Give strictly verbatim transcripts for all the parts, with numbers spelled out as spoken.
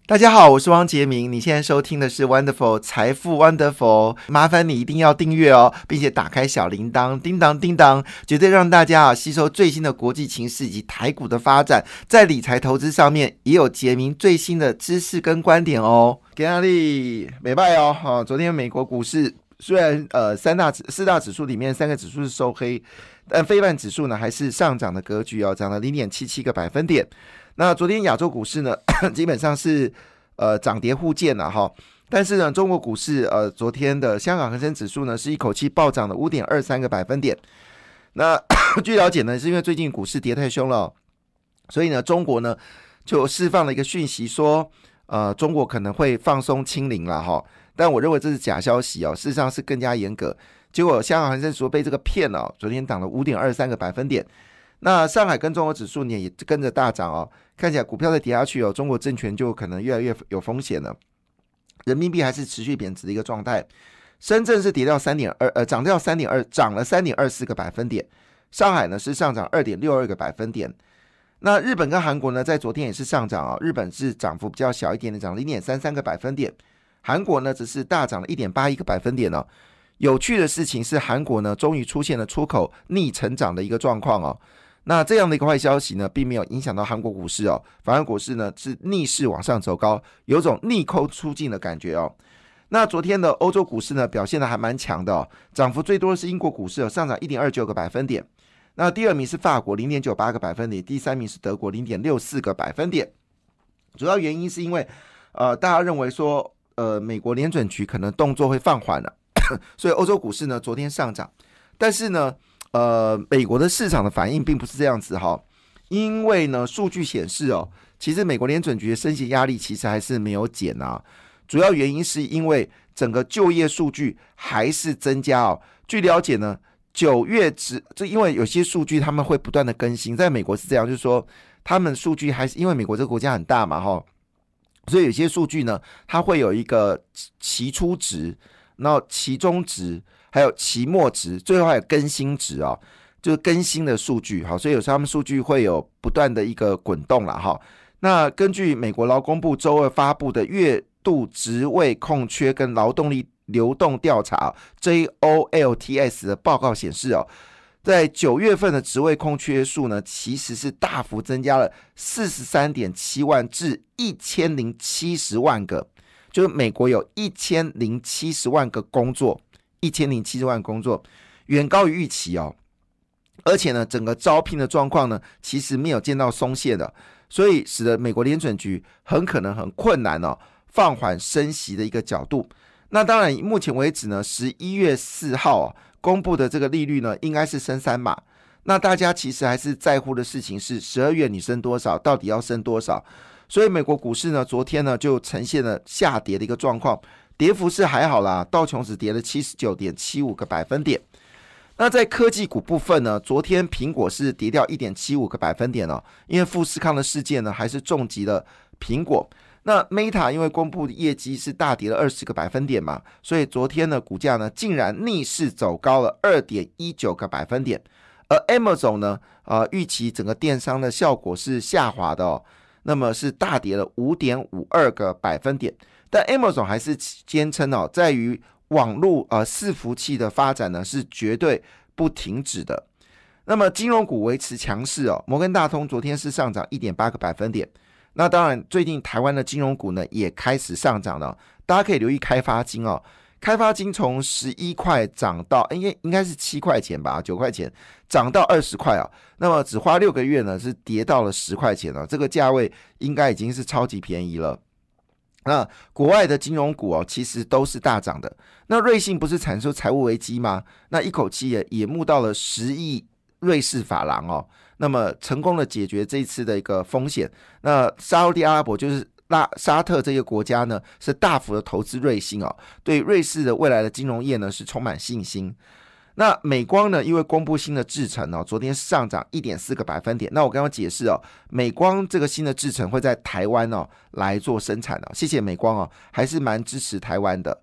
大家好，我是汪杰明，你现在收听的是 Wonderful 财富 Wonderful， 麻烦你一定要订阅哦，并且打开小铃铛，叮当叮当，绝对让大家啊吸收最新的国际情势以及台股的发展，在理财投资上面也有杰明最新的知识跟观点哦。给大力美拜哦，哦，昨天美国股市虽然呃三大四大指数里面三个指数是收黑，但非半指数呢还是上涨的格局哦，涨了 零点七七 个百分点。那昨天亚洲股市呢，基本上是呃涨跌互见了哈，但是呢，中国股市呃昨天的香港恒生指数呢是一口气暴涨了 五点二三 个百分点。那据了解呢，是因为最近股市跌太凶了，所以呢，中国呢就释放了一个讯息说，呃，中国可能会放松清零了哈。但我认为这是假消息哦，事实上是更加严格。结果香港恒生指数被这个骗了，昨天涨了 五点二三 个百分点。那上海跟中国指数呢也跟着大涨哦，看起来股票再跌下去哦，中国证券就可能越来越有风险了。人民币还是持续贬值的一个状态，深圳是跌到 三点二 呃涨掉 三点二 涨了 三点二四 个百分点，上海呢是上涨 二点六二 个百分点。那日本跟韩国呢在昨天也是上涨啊、哦，日本是涨幅比较小一点的，涨 零点三三 个百分点，韩国呢只是大涨了 一点八一 个百分点哦。有趣的事情是韩国呢终于出现了出口逆成长的一个状况哦。那这样的一个坏消息呢，并没有影响到韩国股市哦，反而股市呢是逆势往上走高，有种逆空出尽的感觉哦。那昨天的欧洲股市呢表现的还蛮强的哦，涨幅最多的是英国股市、哦、上涨 一点二九 个百分点，那第二名是法国 零点九八 个百分点，第三名是德国 零点六四 个百分点。主要原因是因为呃大家认为说呃美国联准局可能动作会放缓了，所以欧洲股市呢昨天上涨，但是呢呃，美国的市场的反应并不是这样子哈，因为呢，数据显示哦，其实美国联准局的升息压力其实还是没有减啊，主要原因是因为整个就业数据还是增加哦。据了解呢，九月只就因为有些数据他们会不断的更新，在美国是这样，就是说他们数据还是因为美国这个国家很大嘛哈，所以有些数据呢，它会有一个期初值，然后期中值。还有期末值，最后还有更新值哦，就是更新的数据，好，所以有时候他们数据会有不断的一个滚动啦哈。那根据美国劳工部周二发布的月度职位空缺跟劳动力流动调查 J O L T S 的报告显示哦，在九月份的职位空缺数呢，其实是大幅增加了 四十三点七万至一千零七十万个，就是美国有一千零七十万个工作。一千零七十万工作远高于预期哦，而且呢，整个招聘的状况呢，其实没有见到松懈的，所以使得美国联准局很可能很困难哦，放缓升息的一个角度。那当然，目前为止呢，十一月四号、哦、公布的这个利率呢，应该是升三码。那大家其实还是在乎的事情是，十二月你升多少，到底要升多少？所以美国股市呢，昨天呢就呈现了下跌的一个状况。跌幅是还好啦，道琼斯跌了 七十九点七五 个百分点。那在科技股部分呢，昨天苹果是跌掉 一点七五 个百分点哦，因为富士康的事件呢还是重击了苹果。那 Meta 因为公布的业绩是大跌了二十个百分点嘛，所以昨天呢股价呢竟然逆势走高了 二点一九 个百分点。而 Amazon 呢呃预期整个电商的效果是下滑的哦，那么是大跌了 五点五二 个百分点。但 Amazon 还是坚称哦，在于网络呃伺服器的发展呢是绝对不停止的。那么金融股维持强势哦，摩根大通昨天是上涨 一点八 个百分点。那当然，最近台湾的金融股呢也开始上涨了，大家可以留意开发金哦。开发金从十一块涨到应该应该是七块钱吧，九块钱涨到二十块哦。那么只花六个月呢，是跌到了十块钱哦，这个价位应该已经是超级便宜了。那国外的金融股哦，其实都是大涨的。那瑞信不是产生财务危机吗？那一口气也也募到了十亿瑞士法郎哦，那么成功的解决这一次的一个风险。那沙特阿拉伯就是拉沙特这个国家呢，是大幅的投资瑞信哦，对瑞士的未来的金融业呢是充满信心。那美光呢，因为公布新的制程哦，昨天上涨 一点四 个百分点。那我刚刚解释哦，美光这个新的制程会在台湾哦来做生产哦，谢谢美光哦，还是蛮支持台湾的。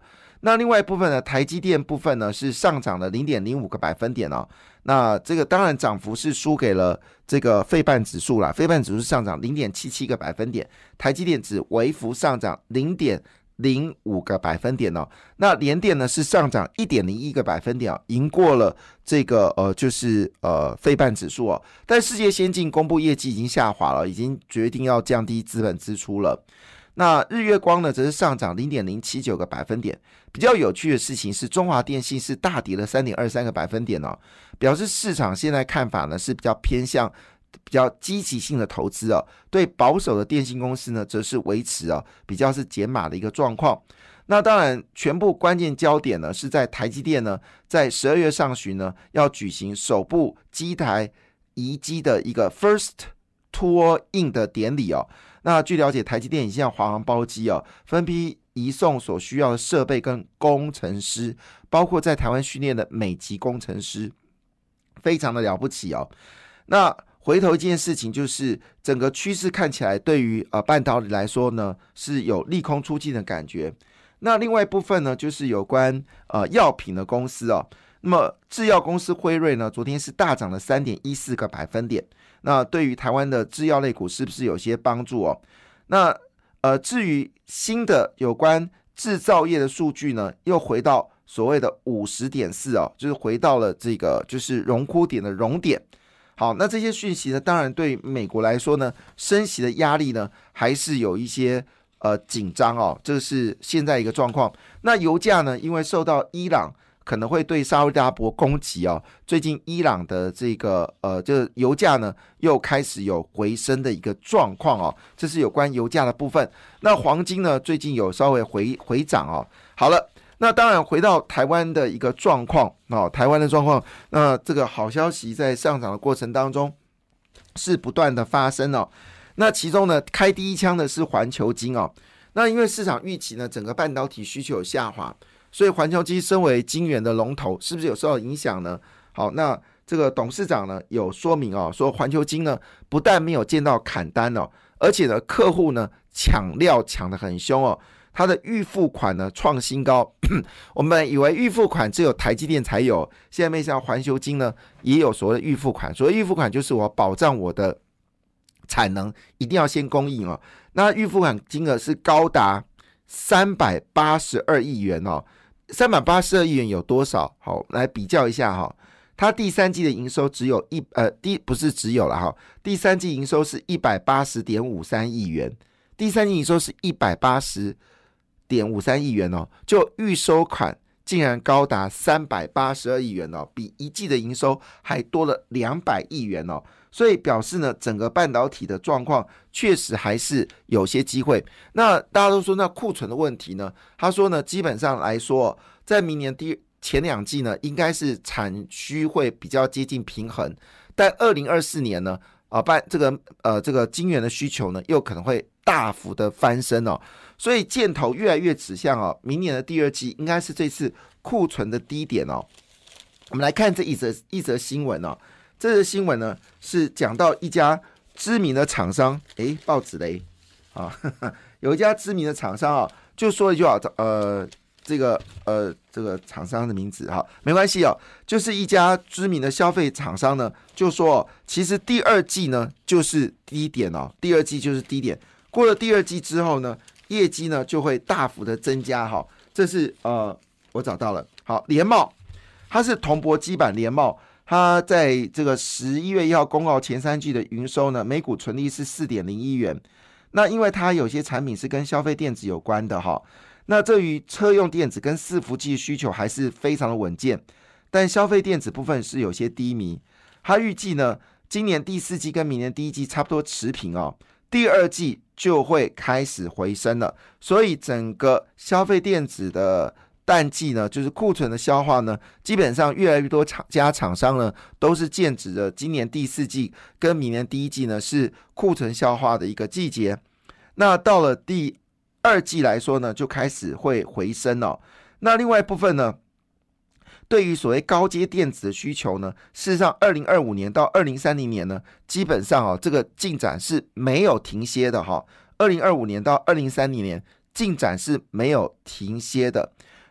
那另外一部分呢，台积电部分呢是上涨了 零点零五个百分点哦。那这个当然涨幅是输给了这个费半指数啦，费半指数上涨 零点七七个百分点，台积电只微幅上涨 零点零五个百分点哦。那联电呢是上涨 一点零一个百分点哦，赢过了这个呃就是呃费半指数哦。但世界先进公布业绩已经下滑了，已经决定要降低资本支出了。那日月光呢则是上涨 零点零七九个百分点。比较有趣的事情是中华电信是大跌了 三点二三个百分点哦，表示市场现在看法呢是比较偏向比较积极性的投资哦，对保守的电信公司呢则是维持哦比较是减码的一个状况。那当然全部关键焦点呢是在台积电呢在十二月上旬呢要举行首部机台移机的一个 First Tour In 的典礼哦。那据了解，台积电已经向华航包机哦，分批移送所需要的设备跟工程师，包括在台湾训练的美籍工程师，非常的了不起哦。那回头一件事情就是，整个趋势看起来对于呃半导体来说呢是有利空出尽的感觉。那另外一部分呢，就是有关呃药品的公司哦。那么制药公司辉瑞呢，昨天是大涨了 三点一四个百分点。那对于台湾的制药类股是不是有些帮助哦？那呃，至于新的有关制造业的数据呢，又回到所谓的 五十点四 哦，就是回到了这个就是荣枯点的荣点。好，那这些讯息呢，当然对美国来说呢，升息的压力呢，还是有一些呃紧张哦，这是现在一个状况。那油价呢，因为受到伊朗可能会对沙烏地阿拉伯攻击哦。最近伊朗的这个呃，这个油价呢又开始有回升的一个状况哦，这是有关油价的部分。那黄金呢最近有稍微回回涨哦。好了，那当然回到台湾的一个状况哦，台湾的状况，那这个好消息在上涨的过程当中是不断的发生哦。那其中呢开第一枪的是环球金哦。那因为市场预期呢整个半导体需求有下滑，所以环球金身为晶圆的龙头，是不是有受到影响呢？好，那这个董事长呢有说明哦，说环球金呢不但没有见到砍单哦，而且呢客户呢抢料抢得很凶哦，它的预付款呢创新高。我们以为预付款只有台积电才有，现在没想到环球金呢也有所谓的预付款。所谓预付款就是我保障我的产能一定要先供应哦。那预付款金额是高达三百八十二亿元哦。三百八十二亿元有多少？好，来比较一下哈。它第三季的营收只有一呃，第不是只有了哈，第三季营收是一百八十点五三亿元，第三季营收是一百八十点五三亿元哦，就预收款竟然高达三百八十二亿元哦，比一季的营收还多了两百亿元哦。所以表示呢，整个半导体的状况确实还是有些机会。那大家都说那库存的问题呢？他说呢，基本上来说，在明年第前两季呢，应该是产需会比较接近平衡，但二零二四年呢，啊，半这个呃这个晶圆的需求呢，又可能会大幅的翻身哦。所以箭头越来越指向哦，明年的第二季应该是这次库存的低点哦。我们来看这一则一则新闻哦。这个新闻呢是讲到一家知名的厂商，诶，报纸嘞啊，有一家知名的厂商啊，就说一句话，呃，这个呃这个厂商的名字哈，没关系哦，就是一家知名的消费厂商呢，就说、哦、其实第二季呢就是低点哦，第二季就是低点，过了第二季之后呢，业绩呢就会大幅的增加哈、哦，这是呃我找到了，好，联茂，它是铜箔基板联茂。它在这个十一月一号公告前三季的营收呢，每股纯利是 四点零一元。那因为它有些产品是跟消费电子有关的哈，那对于车用电子跟伺服器需求还是非常的稳健，但消费电子部分是有些低迷。它预计呢，今年第四季跟明年第一季差不多持平哦，第二季就会开始回升了。所以整个消费电子的淡季呢，就是库存的消化呢，基本上越来越多厂家厂商呢，都是剑指着今年第四季跟明年第一季呢是库存消化的一个季节。那到了第二季来说呢，就开始会回升哦。那另外一部分呢，对于所谓高阶电子的需求呢，事实上二零二五年到二零三零年呢，基本上哦这个进展是没有停歇的哈、哦。二零二五年到二零三零年进展是没有停歇的。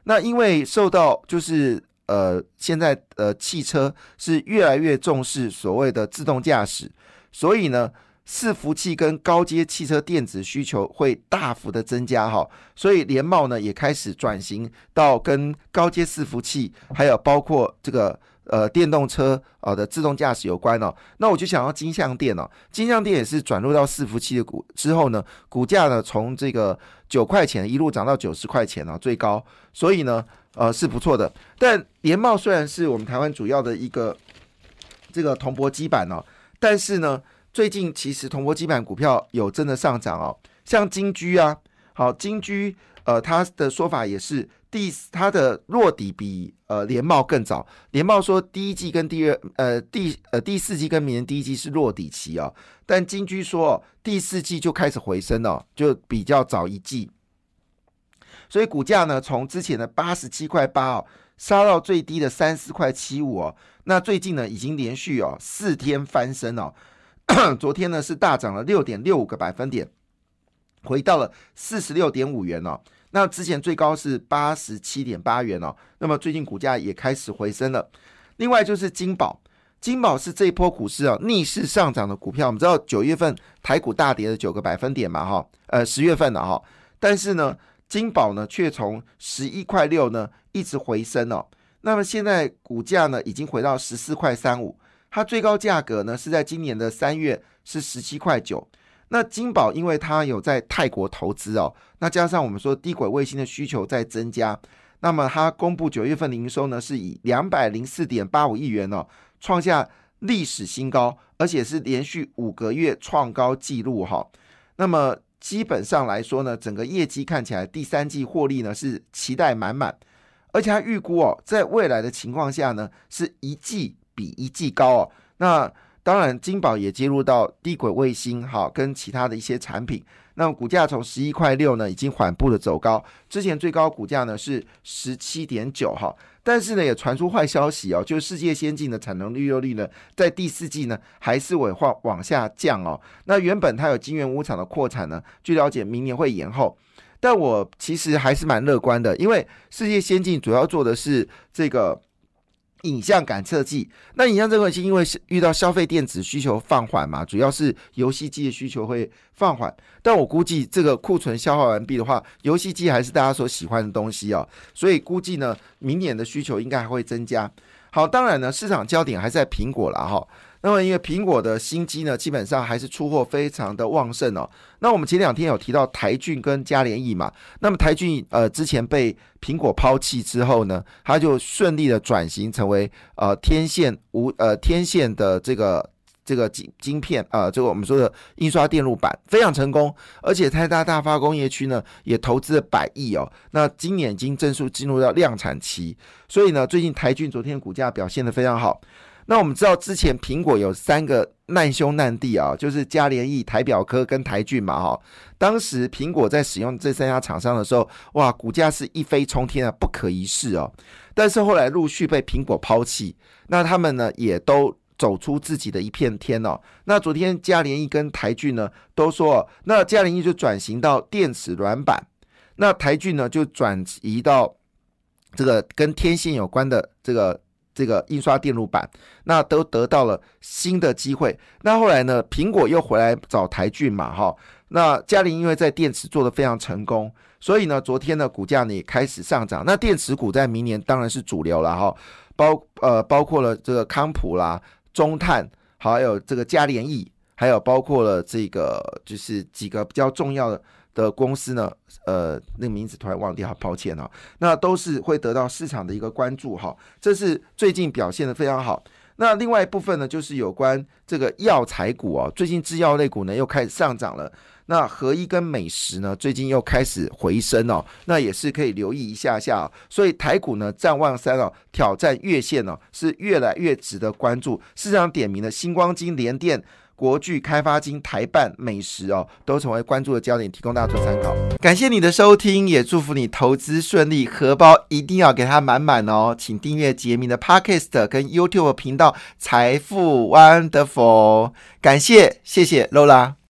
那因为受到就是呃现在呃汽车是越来越重视所谓的自动驾驶，所以呢伺服器跟高阶汽车电子需求会大幅的增加哈，所以联茂呢也开始转型到跟高阶伺服器，还有包括这个呃电动车呃的自动驾驶有关哦。那我就想要金像电哦，金像电也是转入到伺服器的股之后呢，股价呢从这个九块钱一路涨到九十块钱哦，最高，所以呢呃是不错的。但联茂虽然是我们台湾主要的一个这个铜箔基板哦，但是呢。最近其实铜箔基板股票有真的上涨哦，像金居啊，好金居，呃，他的说法也是第它的落底比呃联茂更早，联茂说第一季跟第二呃第呃第四季跟明年第一季是落底期哦，但金居说、哦、第四季就开始回升了、哦，就比较早一季，所以股价呢从之前的八十七块八哦杀到最低的三十四块七五哦，那最近呢已经连续哦四天翻身哦。昨天呢是大涨了 六点六五 个百分点，回到了 四十六点五 元哦。那之前最高是 八十七点八 元哦。那么最近股价也开始回升了。另外就是金宝，金宝是这一波股市啊逆势上涨的股票。我们知道九月份台股大跌了九个百分点嘛哈，呃十月份了哈，但是呢金宝呢却从十一块六呢一直回升哦。那么现在股价呢已经回到十四块三五。它最高价格呢是在今年的三月是十七块九。那金宝因为它有在泰国投资哦，那加上我们说低轨卫星的需求在增加，那么它公布九月份的营收呢是以 两百零四点八五亿元哦，创下历史新高，而且是连续五个月创高纪录哈、哦。那么基本上来说呢，整个业绩看起来第三季获利呢是期待满满，而且它预估哦，在未来的情况下呢是一季比一季高哦，那当然金宝也接入到低轨卫星哈，跟其他的一些产品。那么股价从十一块六呢，已经缓步的走高，之前最高股价呢是 十七点九 哈，但是呢也传出坏消息哦，就是世界先进的产能利用率呢，在第四季呢还是会往下降哦。那原本它有晶圆五厂的扩产呢，据了解明年会延后。但我其实还是蛮乐观的，因为世界先进主要做的是这个影像感测器，那影像这个因为遇到消费电子需求放缓嘛，主要是游戏机的需求会放缓，但我估计这个库存消化完毕的话，游戏机还是大家所喜欢的东西哦，所以估计呢明年的需求应该还会增加。好，当然呢市场焦点还是在苹果啦哈。那么因为苹果的新机呢基本上还是出货非常的旺盛哦。那我们前两天有提到台骏跟嘉联益嘛，那么台骏呃之前被苹果抛弃之后呢，它就顺利的转型成为呃天线无呃天线的这个这个晶片呃这个我们说的印刷电路板非常成功，而且台大大发工业区呢也投资了百亿哦，那今年已经正式进入到量产期，所以呢最近台骏昨天股价表现得非常好。那我们知道之前苹果有三个难兄难弟啊，就是嘉联益、台表科跟台骏嘛哈。当时苹果在使用这三家厂商的时候，哇，股价是一飞冲天啊，不可一世哦。但是后来陆续被苹果抛弃，那他们呢也都走出自己的一片天哦。那昨天嘉联益跟台骏呢都说、哦，那嘉联益就转型到电池软板，那台骏呢就转移到这个跟天线有关的这个。这个印刷电路板，那都得到了新的机会。那后来呢，苹果又回来找台骏嘛，哈。那嘉联因为在电池做得非常成功，所以呢，昨天呢股价呢也开始上涨。那电池股在明年当然是主流了哈，包呃包括了这个康普啦、中碳，还有这个嘉联益，还有包括了这个就是几个比较重要的。的公司呢，呃，那个名字突然忘掉，抱歉哦。那都是会得到市场的一个关注哈，这是最近表现得非常好。那另外一部分呢，就是有关这个药材股哦，最近制药类股呢又开始上涨了。那合一跟美食呢，最近又开始回升哦，那也是可以留意一下下、哦。所以台股呢，站万三哦，挑战月线哦，是越来越值得关注。市场点名的星光金、联电。国巨、开发金、台办、美食哦，都成为关注的焦点，提供大家做参考。感谢你的收听，也祝福你投资顺利，荷包一定要给它满满哦。请订阅杰明的 Podcast 跟 YouTube 频道财富 Wonderful， 感谢，谢谢 Lola。